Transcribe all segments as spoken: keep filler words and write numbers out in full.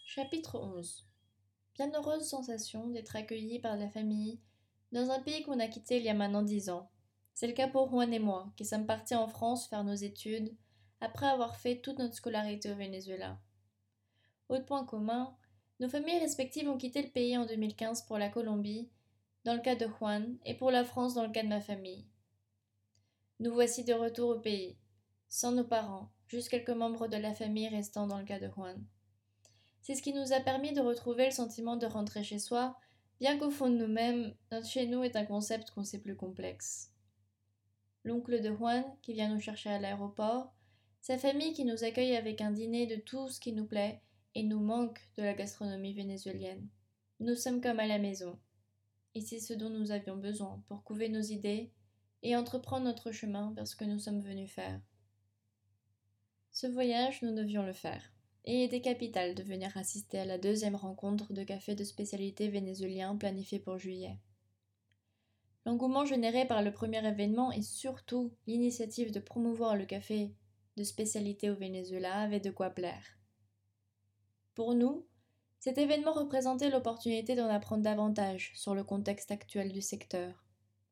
Chapitre onze. Bienheureuse sensation d'être accueillie par la famille dans un pays qu'on a quitté il y a maintenant dix ans. C'est le cas pour Juan et moi, qui sommes partis en France faire nos études après avoir fait toute notre scolarité au Venezuela. Autre point commun, nos familles respectives ont quitté le pays en deux mille quinze pour la Colombie, dans le cas de Juan, et pour la France dans le cas de ma famille. Nous voici de retour au pays, sans nos parents, juste quelques membres de la famille restant dans le cas de Juan. C'est ce qui nous a permis de retrouver le sentiment de rentrer chez soi, bien qu'au fond de nous-mêmes, notre chez nous est un concept qu'on sait plus complexe. L'oncle de Juan, qui vient nous chercher à l'aéroport, sa famille qui nous accueille avec un dîner de tout ce qui nous plaît et nous manque de la gastronomie vénézuélienne. Nous sommes comme à la maison. Et c'est ce dont nous avions besoin pour couver nos idées et entreprendre notre chemin vers ce que nous sommes venus faire. Ce voyage, nous devions le faire. Et il était capital de venir assister à la deuxième rencontre de café de spécialité vénézuélien planifiée pour juillet. L'engouement généré par le premier événement et surtout l'initiative de promouvoir le café de spécialité au Venezuela avait de quoi plaire. Pour nous, cet événement représentait l'opportunité d'en apprendre davantage sur le contexte actuel du secteur.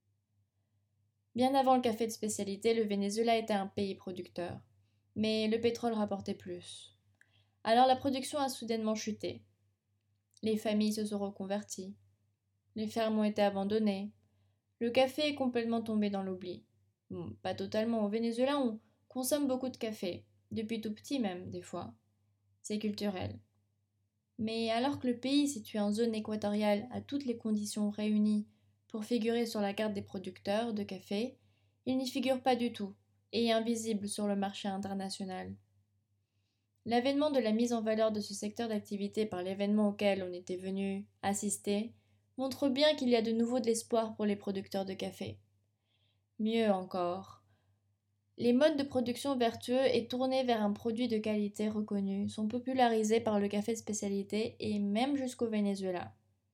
Bien avant le café de spécialité, le Venezuela était un pays producteur, mais le pétrole rapportait plus. Alors la production a soudainement chuté. Les familles se sont reconverties. Les fermes ont été abandonnées. Le café est complètement tombé dans l'oubli. Bon, pas totalement. Au Venezuela, on consomme beaucoup de café, depuis tout petit même, des fois. C'est culturel. Mais alors que le pays, situé en zone équatoriale, a toutes les conditions réunies pour figurer sur la carte des producteurs de café, il n'y figure pas du tout et est invisible sur le marché international. L'avènement de la mise en valeur de ce secteur d'activité par l'événement auquel on était venu assister montre bien qu'il y a de nouveau de l'espoir pour les producteurs de café. Mieux encore, les modes de production vertueux et tournés vers un produit de qualité reconnu sont popularisés par le café de spécialité et même jusqu'au Venezuela.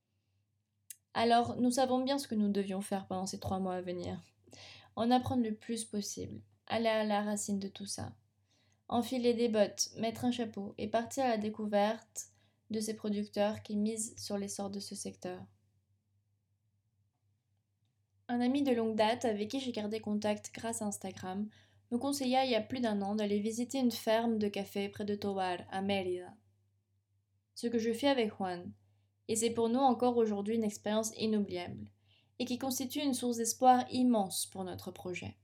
Alors, nous savons bien ce que nous devions faire pendant ces trois mois à venir. En apprendre le plus possible, aller à la racine de tout ça. Enfiler des bottes, mettre un chapeau et partir à la découverte de ces producteurs qui misent sur l'essor de ce secteur. Un ami de longue date avec qui j'ai gardé contact grâce à Instagram me conseilla il y a plus d'un an d'aller visiter une ferme de café près de Tobar, à Mérida. Ce que je fais avec Juan, et c'est pour nous encore aujourd'hui une expérience inoubliable, et qui constitue une source d'espoir immense pour notre projet.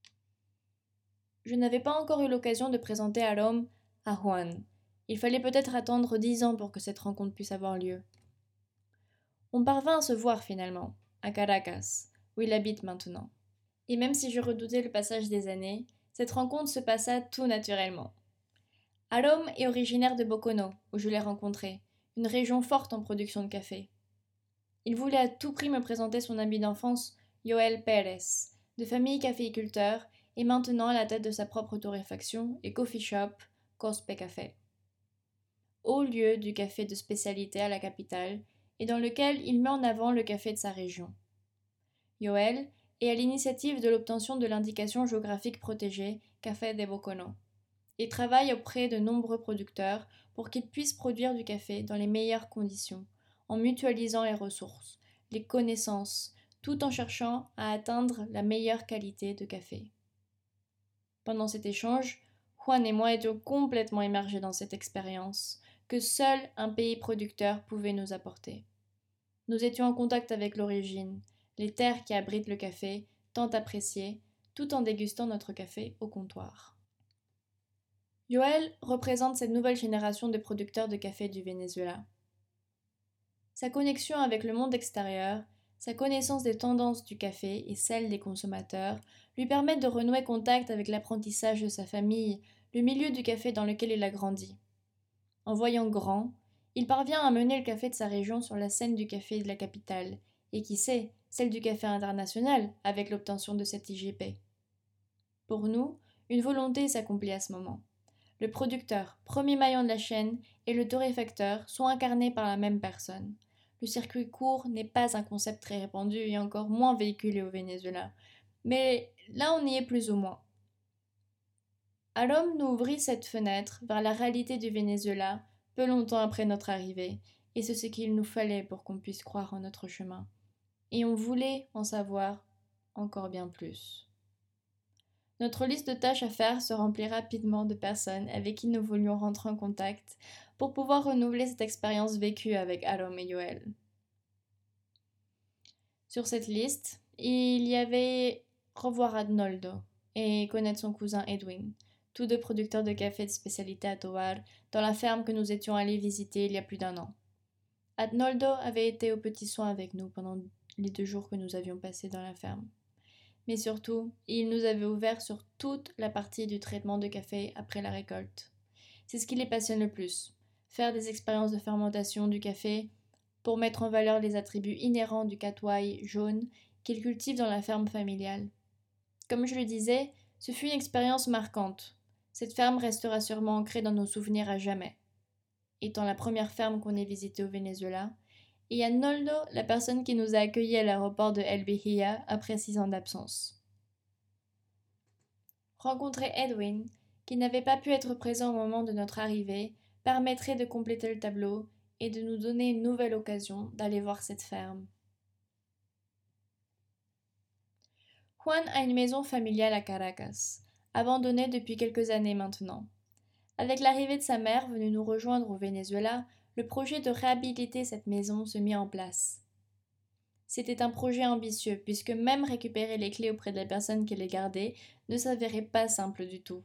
Je n'avais pas encore eu l'occasion de présenter Arôme à Juan. Il fallait peut-être attendre dix ans pour que cette rencontre puisse avoir lieu. On parvint à se voir finalement, à Caracas, où il habite maintenant. Et même si je redoutais le passage des années, cette rencontre se passa tout naturellement. Arôme est originaire de Bocono, où je l'ai rencontré, une région forte en production de café. Il voulait à tout prix me présenter son ami d'enfance, Yoel Pérez, de famille caféiculteur, et maintenant à la tête de sa propre torréfaction et coffee shop, Cospe Café. Haut lieu du café de spécialité à la capitale, et dans lequel il met en avant le café de sa région. Yoel est à l'initiative de l'obtention de l'indication géographique protégée Café de Bocono, et travaille auprès de nombreux producteurs pour qu'ils puissent produire du café dans les meilleures conditions, en mutualisant les ressources, les connaissances, tout en cherchant à atteindre la meilleure qualité de café. Pendant cet échange, Juan et moi étions complètement immergés dans cette expérience que seul un pays producteur pouvait nous apporter. Nous étions en contact avec l'origine, les terres qui abritent le café, tant apprécié, tout en dégustant notre café au comptoir. Yoel représente cette nouvelle génération de producteurs de café du Venezuela. Sa connexion avec le monde extérieur, sa connaissance des tendances du café et celles des consommateurs lui permettent de renouer contact avec l'apprentissage de sa famille, le milieu du café dans lequel il a grandi. En voyant grand, il parvient à mener le café de sa région sur la scène du café de la capitale, et qui sait, celle du café international avec l'obtention de cette I G P. Pour nous, une volonté s'accomplit à ce moment. Le producteur, premier maillon de la chaîne, et le torréfacteur sont incarnés par la même personne. Le circuit court n'est pas un concept très répandu et encore moins véhiculé au Venezuela. Mais là, on y est plus ou moins. Alom nous ouvrit cette fenêtre vers la réalité du Venezuela peu longtemps après notre arrivée, et c'est ce qu'il nous fallait pour qu'on puisse croire en notre chemin. Et on voulait en savoir encore bien plus. Notre liste de tâches à faire se remplit rapidement de personnes avec qui nous voulions rentrer en contact pour pouvoir renouveler cette expérience vécue avec Aram et Yoel. Sur cette liste, il y avait revoir Adnoldo et connaître son cousin Edwin, tous deux producteurs de café de spécialité à Tovar, dans la ferme que nous étions allés visiter il y a plus d'un an. Adnoldo avait été aux petits soins avec nous pendant les deux jours que nous avions passés dans la ferme. Mais surtout, il nous avait ouvert sur toute la partie du traitement de café après la récolte. C'est ce qui les passionne le plus, faire des expériences de fermentation du café pour mettre en valeur les attributs inhérents du catouaille jaune qu'ils cultivent dans la ferme familiale. Comme je le disais, ce fut une expérience marquante. Cette ferme restera sûrement ancrée dans nos souvenirs à jamais. Étant la première ferme qu'on ait visitée au Venezuela, et à Noldo, la personne qui nous a accueillis à l'aéroport de El Behia après six ans d'absence. Rencontrer Edwin, qui n'avait pas pu être présent au moment de notre arrivée, permettrait de compléter le tableau et de nous donner une nouvelle occasion d'aller voir cette ferme. Juan a une maison familiale à Caracas, abandonnée depuis quelques années maintenant. Avec l'arrivée de sa mère venue nous rejoindre au Venezuela, le projet de réhabiliter cette maison se mit en place. C'était un projet ambitieux, puisque même récupérer les clés auprès de la personne qui les gardait ne s'avérait pas simple du tout.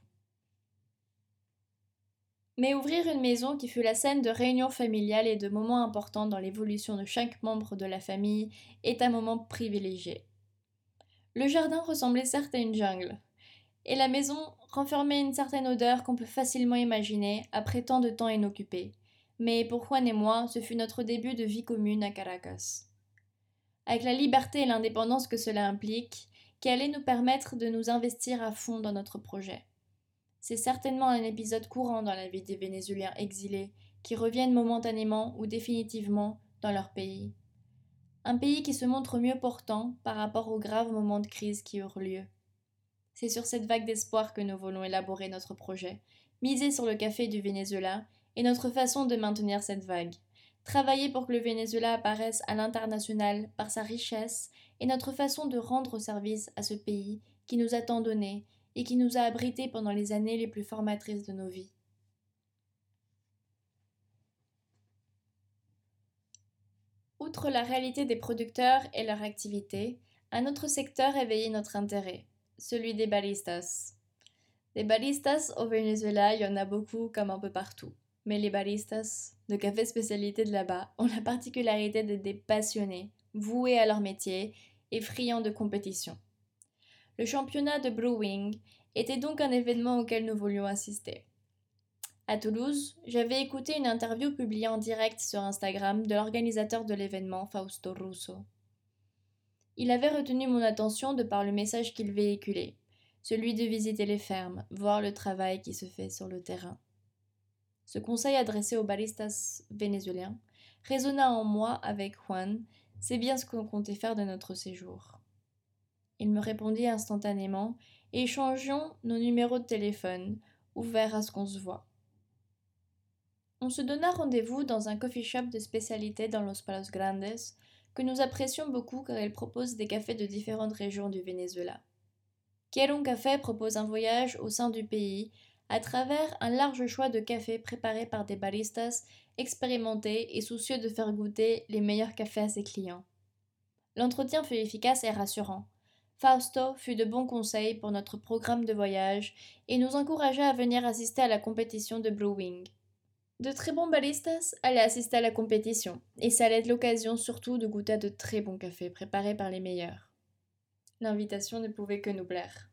Mais ouvrir une maison qui fut la scène de réunions familiales et de moments importants dans l'évolution de chaque membre de la famille est un moment privilégié. Le jardin ressemblait certes à une jungle, et la maison renfermait une certaine odeur qu'on peut facilement imaginer après tant de temps inoccupé. Mais pour Juan et moi, ce fut notre début de vie commune à Caracas. Avec la liberté et l'indépendance que cela implique, qui allait nous permettre de nous investir à fond dans notre projet. C'est certainement un épisode courant dans la vie des Vénézuéliens exilés, qui reviennent momentanément ou définitivement dans leur pays. Un pays qui se montre mieux portant par rapport aux graves moments de crise qui eurent lieu. C'est sur cette vague d'espoir que nous voulons élaborer notre projet, miser sur le café du Venezuela et notre façon de maintenir cette vague. Travailler pour que le Venezuela apparaisse à l'international par sa richesse et notre façon de rendre service à ce pays qui nous a tant donné et qui nous a abrités pendant les années les plus formatrices de nos vies. Outre la réalité des producteurs et leur activité, un autre secteur éveillait notre intérêt, celui des baristas. Des baristas au Venezuela, il y en a beaucoup comme un peu partout. Mais les baristas de café spécialité de là-bas ont la particularité d'être des passionnés, voués à leur métier et friands de compétition. Le championnat de brewing était donc un événement auquel nous voulions assister. À Toulouse, j'avais écouté une interview publiée en direct sur Instagram de l'organisateur de l'événement, Fausto Russo. Il avait retenu mon attention de par le message qu'il véhiculait, celui de visiter les fermes, voir le travail qui se fait sur le terrain. Ce conseil adressé aux baristas vénézuéliens résonna en moi avec Juan, c'est bien ce qu'on comptait faire de notre séjour. Il me répondit instantanément et échangions nos numéros de téléphone, ouverts à ce qu'on se voit. On se donna rendez-vous dans un coffee shop de spécialité dans Los Palos Grandes, que nous apprécions beaucoup car il propose des cafés de différentes régions du Venezuela. Quiero un Café propose un voyage au sein du pays à travers un large choix de cafés préparés par des baristas expérimentés et soucieux de faire goûter les meilleurs cafés à ses clients. L'entretien fut efficace et rassurant. Fausto fut de bons conseils pour notre programme de voyage et nous encouragea à venir assister à la compétition de brewing. De très bons baristas allaient assister à la compétition, et ça allait être l'occasion surtout de goûter à de très bons cafés préparés par les meilleurs. L'invitation ne pouvait que nous plaire.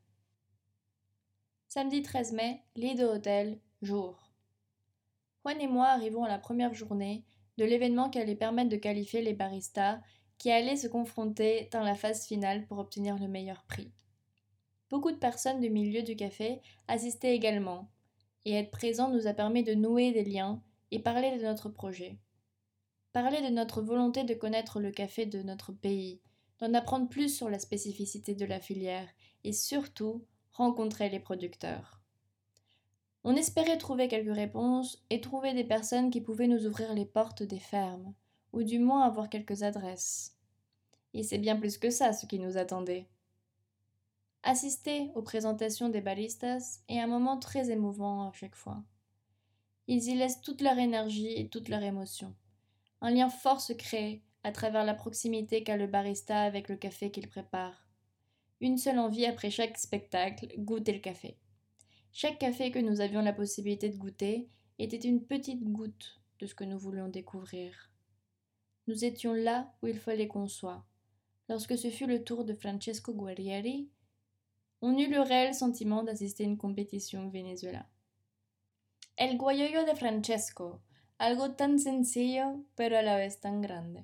Samedi treize mai, Lido Hotel, jour. Juan et moi arrivons à la première journée de l'événement qui allait permettre de qualifier les baristas qui allaient se confronter dans la phase finale pour obtenir le meilleur prix. Beaucoup de personnes du milieu du café assistaient également, et être présent nous a permis de nouer des liens et parler de notre projet. Parler de notre volonté de connaître le café de notre pays, d'en apprendre plus sur la spécificité de la filière et surtout rencontrer les producteurs. On espérait trouver quelques réponses et trouver des personnes qui pouvaient nous ouvrir les portes des fermes, ou du moins avoir quelques adresses. Et c'est bien plus que ça ce qui nous attendait. Assister aux présentations des baristas est un moment très émouvant à chaque fois. Ils y laissent toute leur énergie et toute leur émotion. Un lien fort se crée à travers la proximité qu'a le barista avec le café qu'il prépare. Une seule envie après chaque spectacle, goûter le café. Chaque café que nous avions la possibilité de goûter était une petite goutte de ce que nous voulions découvrir. Nous étions là où il fallait qu'on soit. Lorsque ce fut le tour de Francesco Guerrieri, on eut le réel sentiment d'assister à une compétition au Venezuela. El guayoyo de Francesco, algo tan sencillo pero a la vez tan grande.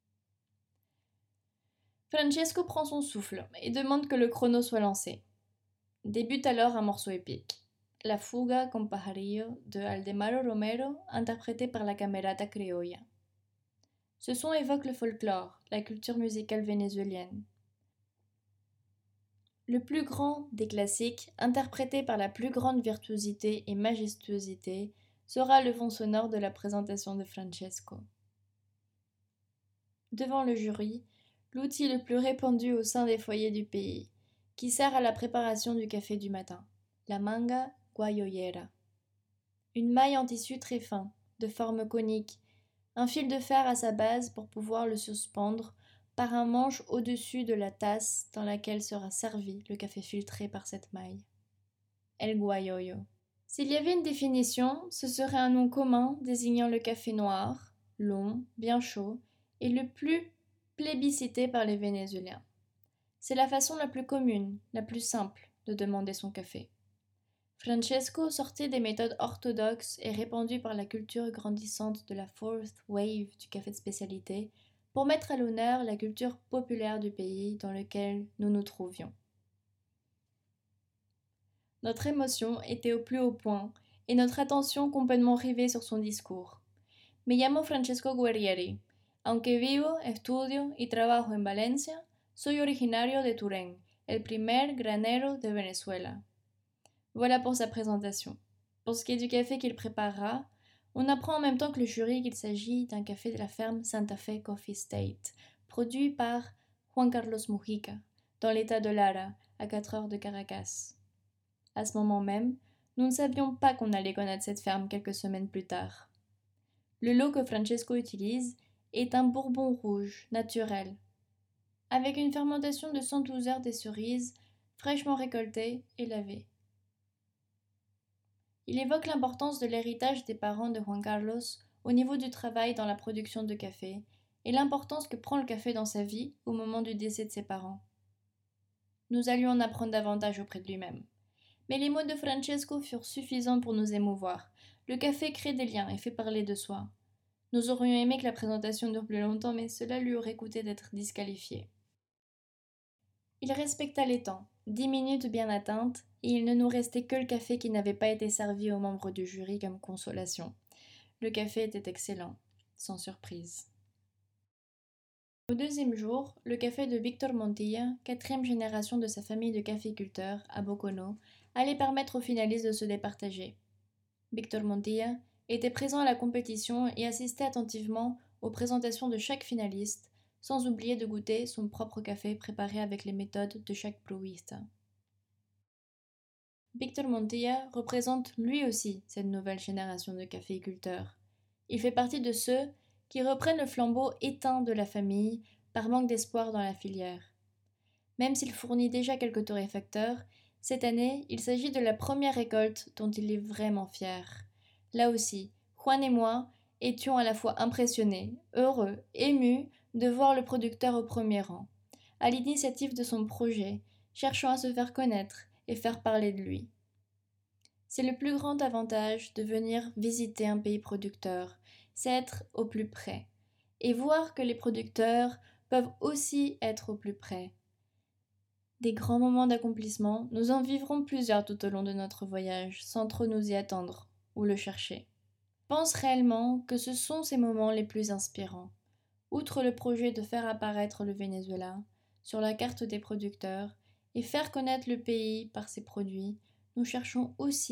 Francesco prend son souffle et demande que le chrono soit lancé. Débute alors un morceau épique, La fuga con pajarillo de Aldemaro Romero, interprété par la Camerata Criolla. Ce son évoque le folklore, la culture musicale vénézuélienne. Le plus grand des classiques, interprété par la plus grande virtuosité et majestuosité, sera le fond sonore de la présentation de Francesco. Devant le jury, l'outil le plus répandu au sein des foyers du pays, qui sert à la préparation du café du matin, la manga guayoyera. Une maille en tissu très fin, de forme conique, un fil de fer à sa base pour pouvoir le suspendre par un manche au-dessus de la tasse dans laquelle sera servi le café filtré par cette maille. El guayoyo. S'il y avait une définition, ce serait un nom commun désignant le café noir, long, bien chaud, et le plus plébiscité par les Vénézuéliens. C'est la façon la plus commune, la plus simple de demander son café. Francesco sortait des méthodes orthodoxes et répandues par la culture grandissante de la Fourth Wave du café de spécialité pour mettre à l'honneur la culture populaire du pays dans lequel nous nous trouvions. Notre émotion était au plus haut point et notre attention complètement rivée sur son discours. Me llamo Francesco Guerrieri. Aunque vivo, estudio y trabajo en Valencia, soy originario de Turén, el primer granero de Venezuela. Voilà pour sa présentation. Pour ce qui est du café qu'il préparera, on apprend en même temps que le jury qu'il s'agit d'un café de la ferme Santa Fe Coffee State, produit par Juan Carlos Mujica, dans l'état de Lara, à quatre heures de Caracas. À ce moment même, nous ne savions pas qu'on allait connaître cette ferme quelques semaines plus tard. Le lot que Francesco utilise est un bourbon rouge, naturel, avec une fermentation de cent douze heures des cerises, fraîchement récoltées et lavées. Il évoque l'importance de l'héritage des parents de Juan Carlos au niveau du travail dans la production de café et l'importance que prend le café dans sa vie au moment du décès de ses parents. Nous allions en apprendre davantage auprès de lui-même. Mais les mots de Francesco furent suffisants pour nous émouvoir. Le café crée des liens et fait parler de soi. Nous aurions aimé que la présentation dure plus longtemps, mais cela lui aurait coûté d'être disqualifié. Il respecta les temps, dix minutes bien atteintes, et il ne nous restait que le café qui n'avait pas été servi aux membres du jury comme consolation. Le café était excellent, sans surprise. Au deuxième jour, le café de Victor Montilla, quatrième génération de sa famille de caféiculteurs, à Bocono, allait permettre aux finalistes de se départager. Victor Montilla était présent à la compétition et assistait attentivement aux présentations de chaque finaliste, sans oublier de goûter son propre café préparé avec les méthodes de chaque brewista. Victor Montilla représente lui aussi cette nouvelle génération de caféiculteurs. Il fait partie de ceux qui reprennent le flambeau éteint de la famille par manque d'espoir dans la filière. Même s'il fournit déjà quelques torréfacteurs, cette année, il s'agit de la première récolte dont il est vraiment fier. Là aussi, Juan et moi étions à la fois impressionnés, heureux, émus de voir le producteur au premier rang, à l'initiative de son projet, cherchant à se faire connaître et faire parler de lui. C'est le plus grand avantage de venir visiter un pays producteur, c'est être au plus près, et voir que les producteurs peuvent aussi être au plus près. Des grands moments d'accomplissement, nous en vivrons plusieurs tout au long de notre voyage, sans trop nous y attendre ou le chercher. Je pense réellement que ce sont ces moments les plus inspirants. Outre le projet de faire apparaître le Venezuela sur la carte des producteurs et faire connaître le pays par ses produits, nous cherchons aussi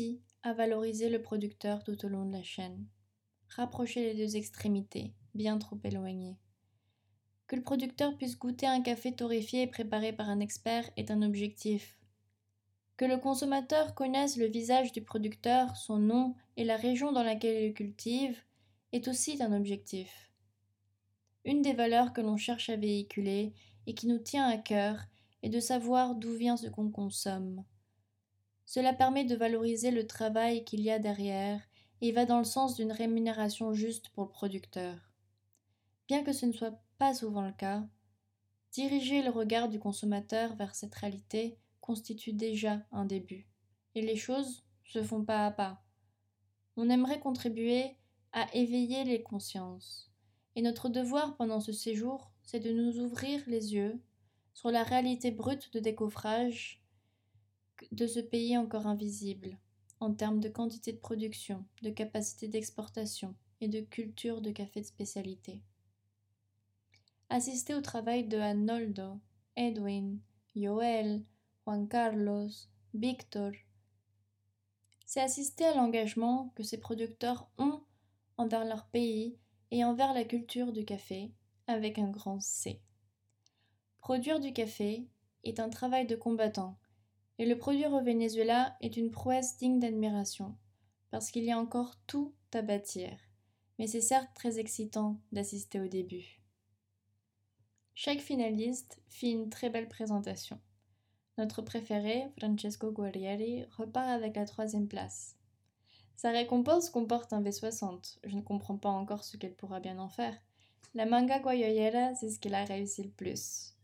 à valoriser le producteur tout au long de la chaîne. Rapprocher les deux extrémités, bien trop éloignées. Que le producteur puisse goûter un café torréfié préparé par un expert est un objectif. Que le consommateur connaisse le visage du producteur, son nom et la région dans laquelle il le cultive est aussi un objectif. Une des valeurs que l'on cherche à véhiculer et qui nous tient à cœur est de savoir d'où vient ce qu'on consomme. Cela permet de valoriser le travail qu'il y a derrière et va dans le sens d'une rémunération juste pour le producteur. Bien que ce ne soit pas souvent le cas, diriger le regard du consommateur vers cette réalité constitue déjà un début. Et les choses se font pas à pas. On aimerait contribuer à éveiller les consciences. Et notre devoir pendant ce séjour, c'est de nous ouvrir les yeux sur la réalité brute de décoffrage de ce pays encore invisible, en termes de quantité de production, de capacité d'exportation et de culture de café de spécialité. Assister au travail de Arnoldo, Edwin, Joel, Juan Carlos, Victor, c'est assister à l'engagement que ces producteurs ont envers leur pays et envers la culture du café, avec un grand C. Produire du café est un travail de combattant, et le produire au Venezuela est une prouesse digne d'admiration, parce qu'il y a encore tout à bâtir, mais c'est certes très excitant d'assister au début. Chaque finaliste fit une très belle présentation. Notre préféré, Francesco Guerrieri, repart avec la troisième place. Sa récompense comporte un V soixante. Je ne comprends pas encore ce qu'elle pourra bien en faire. La manga guayollera, c'est ce qu'il a réussi le plus.